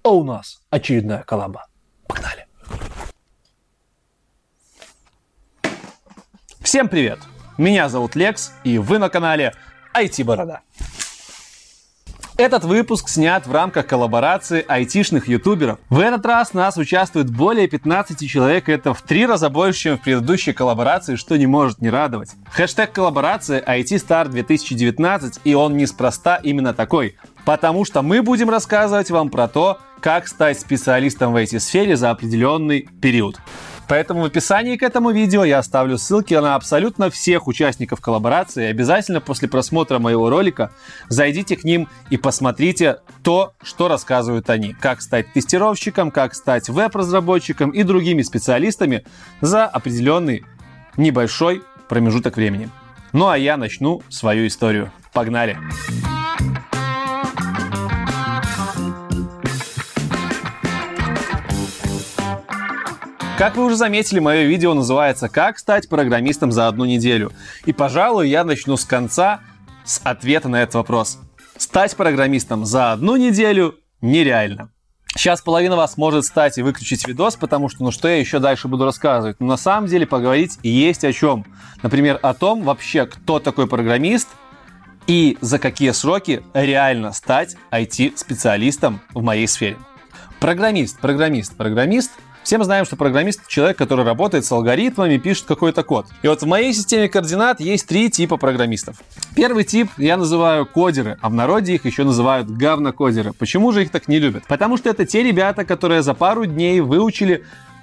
а у нас очередная коллаба. Погнали! Всем привет! Меня зовут Лекс, и вы на канале IT-борода. Этот выпуск снят в рамках коллаборации айтишных ютуберов. В этот раз нас участвует более 15 человек, это в 3 раза больше, чем в предыдущей коллаборации, что не может не радовать. Хэштег коллаборации IT-Star 2019, и он неспроста именно такой, потому что мы будем рассказывать вам про то, как стать специалистом в IT-сфере за определенный период. Поэтому в описании к этому видео я оставлю ссылки на абсолютно всех участников коллаборации. И обязательно после просмотра моего ролика зайдите к ним и посмотрите то, что рассказывают они. Как стать тестировщиком, как стать веб-разработчиком и другими специалистами за определенный небольшой промежуток времени. Ну а я начну свою историю. Погнали! Как вы уже заметили, мое видео называется «Как стать программистом за одну неделю». И, пожалуй, я начну с конца, с ответа на этот вопрос. Стать программистом за одну неделю нереально. Сейчас половина вас может встать и выключить видос, потому что, что я еще дальше буду рассказывать. Но на самом деле поговорить есть о чем. Например, о том вообще, кто такой программист и за какие сроки реально стать IT-специалистом в моей сфере. Программист. Все мы знаем, что программист — человек, который работает с алгоритмами, пишет какой-то код. И вот в моей системе координат есть 3 типа программистов. Первый тип я называю кодеры, а в народе их еще называют говнокодеры. Почему же их так не любят? Потому что это те ребята, которые за пару дней выучили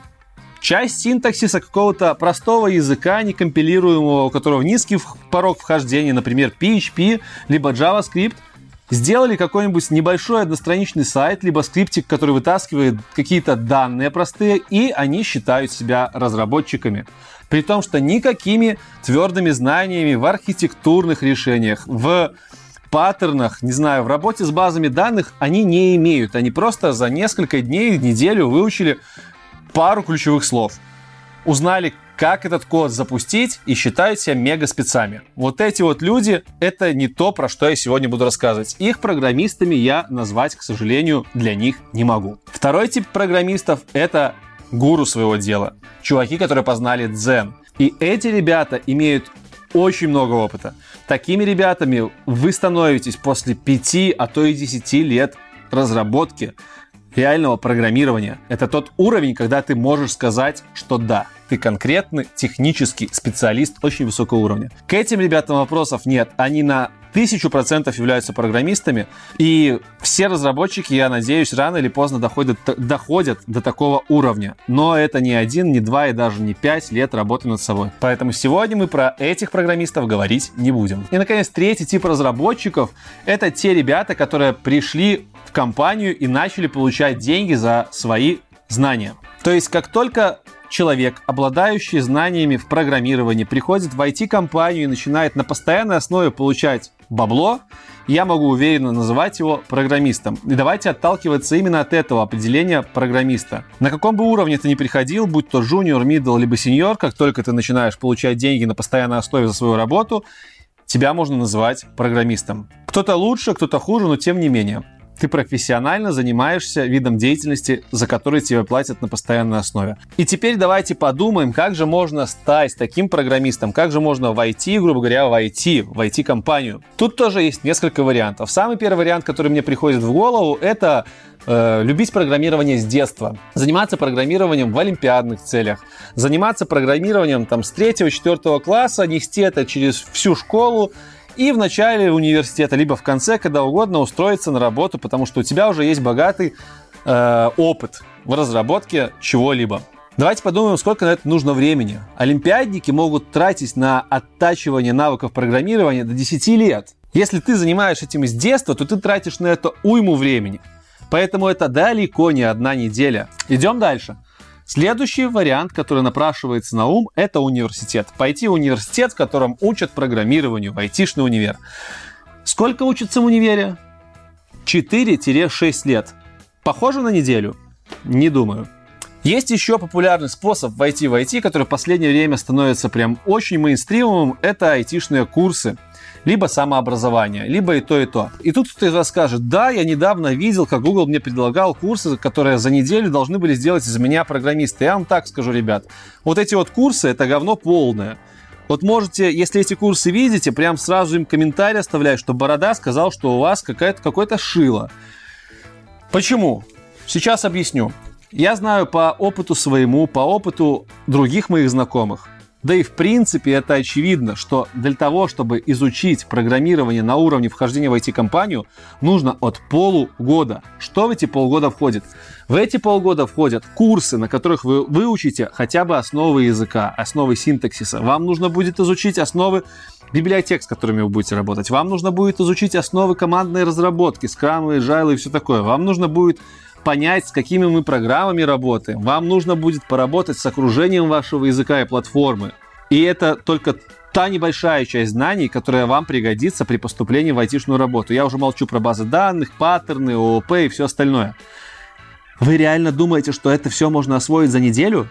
часть синтаксиса какого-то простого языка, некомпилируемого, у которого низкий порог вхождения, например, PHP, либо JavaScript, сделали какой-нибудь небольшой одностраничный сайт, либо скриптик, который вытаскивает какие-то данные простые, и они считают себя разработчиками. При том, что никакими твердыми знаниями в архитектурных решениях, в паттернах, в работе с базами данных они не имеют. Они просто за несколько дней, неделю выучили пару ключевых слов. Узнали, как этот код запустить, и считают себя мега-спецами. Вот эти вот люди — это не то, про что я сегодня буду рассказывать. Их программистами я назвать, к сожалению, для них не могу. Второй тип программистов — это гуру своего дела. Чуваки, которые познали дзен. И эти ребята имеют очень много опыта. Такими ребятами вы становитесь после 5, а то и 10 лет разработки реального программирования. Это тот уровень, когда ты можешь сказать, что да, ты конкретный технический специалист очень высокого уровня. К этим ребятам вопросов нет. Они на 1000% являются программистами. И все разработчики, я надеюсь, рано или поздно доходят до такого уровня. Но это не 1, не 2 и даже не 5 лет работы над собой. Поэтому сегодня мы про этих программистов говорить не будем. И, наконец, третий тип разработчиков — это те ребята, которые пришли в компанию и начали получать деньги за свои знания. То есть, как только человек, обладающий знаниями в программировании, приходит в IT-компанию и начинает на постоянной основе получать бабло, я могу уверенно называть его программистом. И давайте отталкиваться именно от этого определения программиста. На каком бы уровне ты ни приходил, будь то junior, middle, либо senior, как только ты начинаешь получать деньги на постоянной основе за свою работу, тебя можно называть программистом. Кто-то лучше, кто-то хуже, но тем не менее. Ты профессионально занимаешься видом деятельности, за который тебе платят на постоянной основе. И теперь давайте подумаем, как же можно стать таким программистом, как же можно войти, грубо говоря, в IT-компанию. Тут тоже есть несколько вариантов. Самый первый вариант, который мне приходит в голову, это любить программирование с детства. Заниматься программированием в олимпиадных целях. Заниматься программированием с 3-4 класса, нести это через всю школу. И в начале университета, либо в конце, когда угодно, устроиться на работу, потому что у тебя уже есть богатый опыт в разработке чего-либо. Давайте подумаем, сколько на это нужно времени. Олимпиадники могут тратить на оттачивание навыков программирования до 10 лет. Если ты занимаешься этим с детства, то ты тратишь на это уйму времени. Поэтому это далеко не 1 неделя. Идем дальше. Следующий вариант, который напрашивается на ум, это университет. Пойти в университет, в котором учат программированию, в айтишный универ. Сколько учатся в универе? 4-6 лет. Похоже на неделю? Не думаю. Есть еще популярный способ войти в IT, который в последнее время становится прям очень мейнстримовым. Это айтишные курсы. Либо самообразование, либо и то, и то. И тут кто-то из вас скажет: да, я недавно видел, как Google мне предлагал курсы, которые за неделю должны были сделать из меня программиста. Я вам так скажу, ребят, вот эти вот курсы — это говно полное. Вот можете, если эти курсы видите, прям сразу им комментарий оставлять, что Борода сказал, что у вас какое-то шило. Почему? Сейчас объясню. Я знаю по опыту своему, по опыту других моих знакомых. Да и в принципе это очевидно, что для того, чтобы изучить программирование на уровне вхождения в IT-компанию, нужно от полугода. Что в эти полгода входит? В эти полгода входят курсы, на которых вы выучите хотя бы основы языка, основы синтаксиса. Вам нужно будет изучить основы библиотек, с которыми вы будете работать. Вам нужно будет изучить основы командной разработки, Scrum, Agile и все такое. Вам нужно будет понять, с какими мы программами работаем. Вам нужно будет поработать с окружением вашего языка и платформы. И это только та небольшая часть знаний, которая вам пригодится при поступлении в айтишную работу. Я уже молчу про базы данных, паттерны, ООП и все остальное. Вы реально думаете, что это все можно освоить за неделю?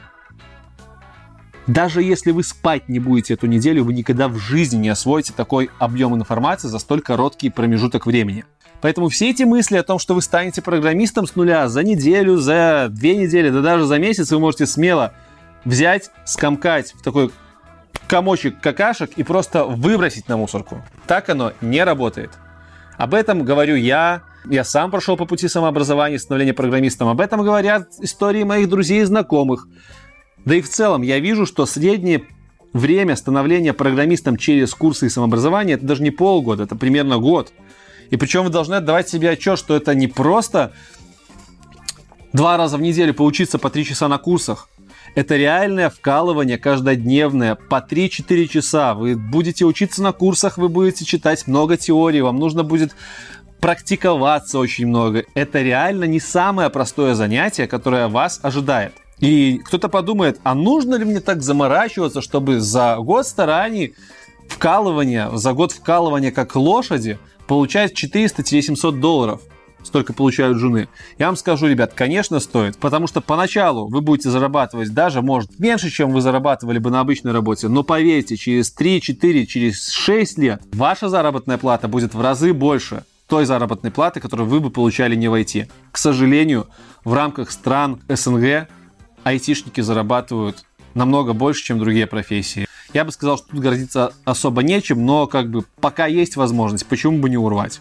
Даже если вы спать не будете эту неделю, вы никогда в жизни не освоите такой объем информации за столь короткий промежуток времени. Поэтому все эти мысли о том, что вы станете программистом с нуля за неделю, за 2 недели, да даже за месяц, вы можете смело взять, скомкать в такой комочек какашек и просто выбросить на мусорку. Так оно не работает. Об этом говорю я сам прошел по пути самообразования, становления программистом. Об этом говорят истории моих друзей и знакомых. Да и в целом я вижу, что среднее время становления программистом через курсы и самообразование — это даже не полгода, это примерно год. И причем вы должны отдавать себе отчет, что это не просто 2 раза в неделю поучиться по 3 часа на курсах. Это реальное вкалывание каждодневное по 3-4 часа. Вы будете учиться на курсах, вы будете читать много теорий, вам нужно будет практиковаться очень много. Это реально не самое простое занятие, которое вас ожидает. И кто-то подумает: а нужно ли мне так заморачиваться, чтобы за год стараний вкалывания, за год вкалывания как лошади получать $400-700? Столько получают жены. Я вам скажу, ребят, конечно, стоит, потому что поначалу вы будете зарабатывать даже, может, меньше, чем вы зарабатывали бы на обычной работе, но поверьте, через 3, 4, через 6 лет ваша заработная плата будет в разы больше той заработной платы, которую вы бы получали не в IT. К сожалению, в рамках стран СНГ айтишники зарабатывают намного больше, чем другие профессии. Я бы сказал, что тут гордиться особо нечем, но пока есть возможность, почему бы не урвать?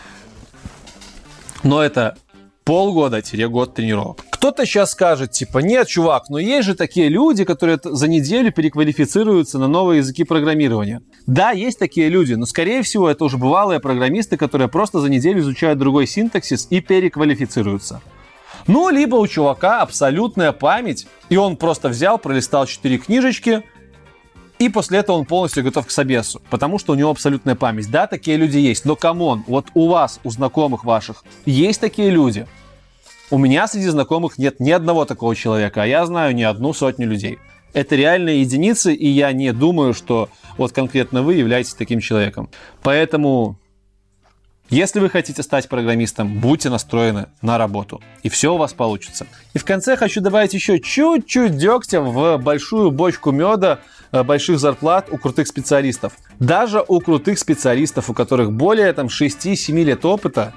Но это полгода-год тренировок. Кто-то сейчас скажет, нет, чувак, но есть же такие люди, которые за неделю переквалифицируются на новые языки программирования. Да, есть такие люди, но, скорее всего, это уже бывалые программисты, которые просто за неделю изучают другой синтаксис и переквалифицируются. Либо у чувака абсолютная память, и он просто взял, пролистал 4 книжечки, и после этого он полностью готов к собесу, потому что у него абсолютная память. Да, такие люди есть, но камон, вот у вас, у знакомых ваших, есть такие люди. У меня среди знакомых нет ни одного такого человека, а я знаю не 100 людей. Это реальные единицы, и я не думаю, что вот конкретно вы являетесь таким человеком. Поэтому, если вы хотите стать программистом, будьте настроены на работу, и все у вас получится. И в конце хочу добавить еще чуть-чуть дегтя в большую бочку меда больших зарплат у крутых специалистов. Даже у крутых специалистов, у которых более 6-7 лет опыта,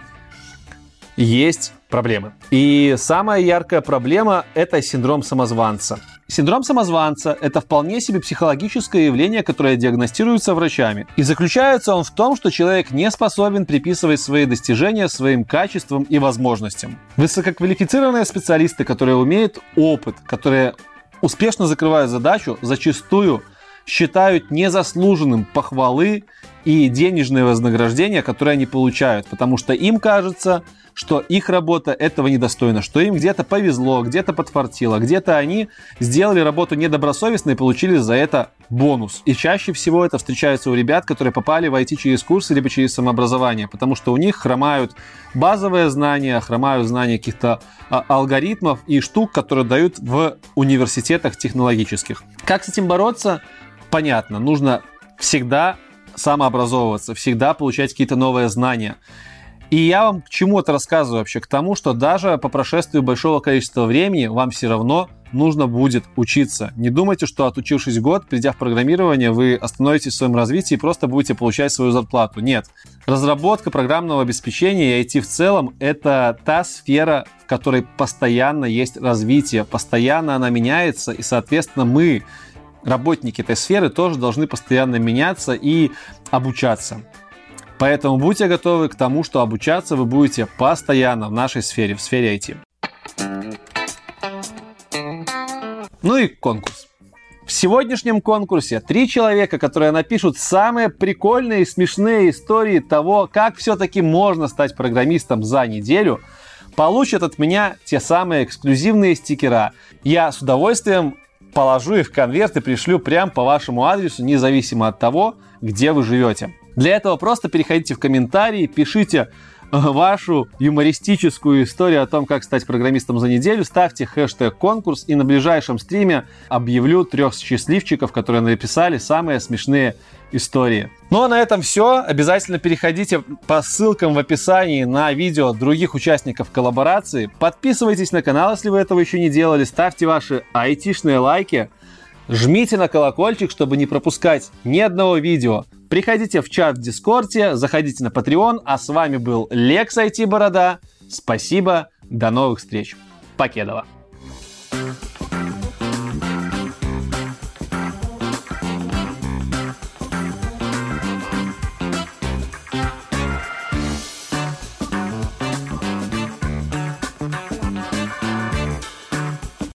есть проблемы. И самая яркая проблема – это синдром самозванца. Синдром самозванца – это вполне себе психологическое явление, которое диагностируется врачами. И заключается он в том, что человек не способен приписывать свои достижения своим качествам и возможностям. Высококвалифицированные специалисты, которые имеют опыт, которые успешно закрывают задачу, зачастую считают незаслуженным похвалы и денежные вознаграждения, которые они получают, потому что им кажется, что их работа этого недостойна, что им где-то повезло, где-то подфартило, где-то они сделали работу недобросовестно и получили за это бонус. И чаще всего это встречается у ребят, которые попали в IT через курсы либо через самообразование, потому что у них хромают базовые знания, хромают знания каких-то алгоритмов и штук, которые дают в университетах технологических. Как с этим бороться? Понятно, нужно всегда самообразовываться, всегда получать какие-то новые знания. И я вам к чему это рассказываю вообще? К тому, что даже по прошествии большого количества времени вам все равно нужно будет учиться. Не думайте, что отучившись год, придя в программирование, вы остановитесь в своем развитии и просто будете получать свою зарплату. Нет. Разработка программного обеспечения и IT в целом — это та сфера, в которой постоянно есть развитие, постоянно она меняется, и, соответственно, мы, работники этой сферы, тоже должны постоянно меняться и обучаться. Поэтому будьте готовы к тому, что обучаться вы будете постоянно в нашей сфере, в сфере IT. Ну и конкурс. В сегодняшнем конкурсе 3 человека, которые напишут самые прикольные и смешные истории того, как все-таки можно стать программистом за неделю, получат от меня те самые эксклюзивные стикера. Я с удовольствием положу их в конверт и пришлю прямо по вашему адресу, независимо от того, где вы живете. Для этого просто переходите в комментарии, пишите вашу юмористическую историю о том, как стать программистом за неделю, ставьте хэштег «конкурс», и на ближайшем стриме объявлю 3 счастливчиков, которые написали самые смешные истории. Ну а на этом все. Обязательно переходите по ссылкам в описании на видео других участников коллаборации. Подписывайтесь на канал, если вы этого еще не делали. Ставьте ваши айтишные лайки. Жмите на колокольчик, чтобы не пропускать ни одного видео. Приходите в чат в Дискорде, заходите на Patreon. А с вами был Лекс IT Борода. Спасибо, до новых встреч. Покедова.